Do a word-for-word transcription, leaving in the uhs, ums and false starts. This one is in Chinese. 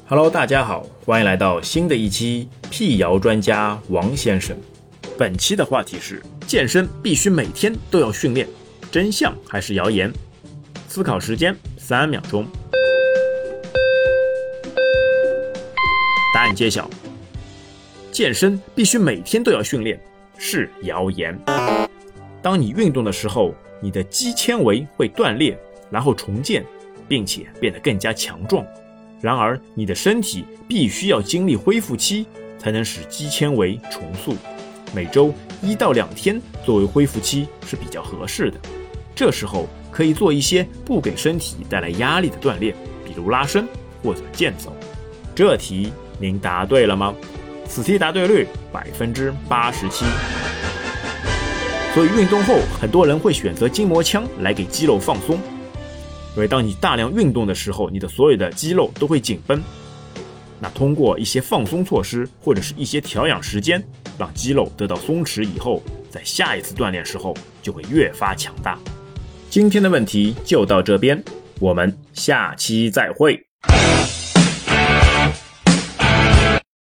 Hello， 大家好，欢迎来到新的一期辟谣专家王先生。本期的话题是：健身必须每天都要训练，真相还是谣言？思考时间三秒钟。答案揭晓：健身必须每天都要训练是谣言。当你运动的时候，你的肌纤维会断裂，然后重建，并且变得更加强壮。然而，你的身体必须要经历恢复期，才能使肌纤维重塑。每周一到两天作为恢复期是比较合适的。这时候可以做一些不给身体带来压力的锻炼，比如拉伸或者健走。这题您答对了吗？此题答对率百分之八十七。所以运动后，很多人会选择筋膜枪来给肌肉放松。因为当你大量运动的时候，你的所有的肌肉都会紧绷。那通过一些放松措施或者是一些调养时间，让肌肉得到松弛以后，在下一次锻炼时候就会越发强大。今天的问题就到这边，我们下期再会。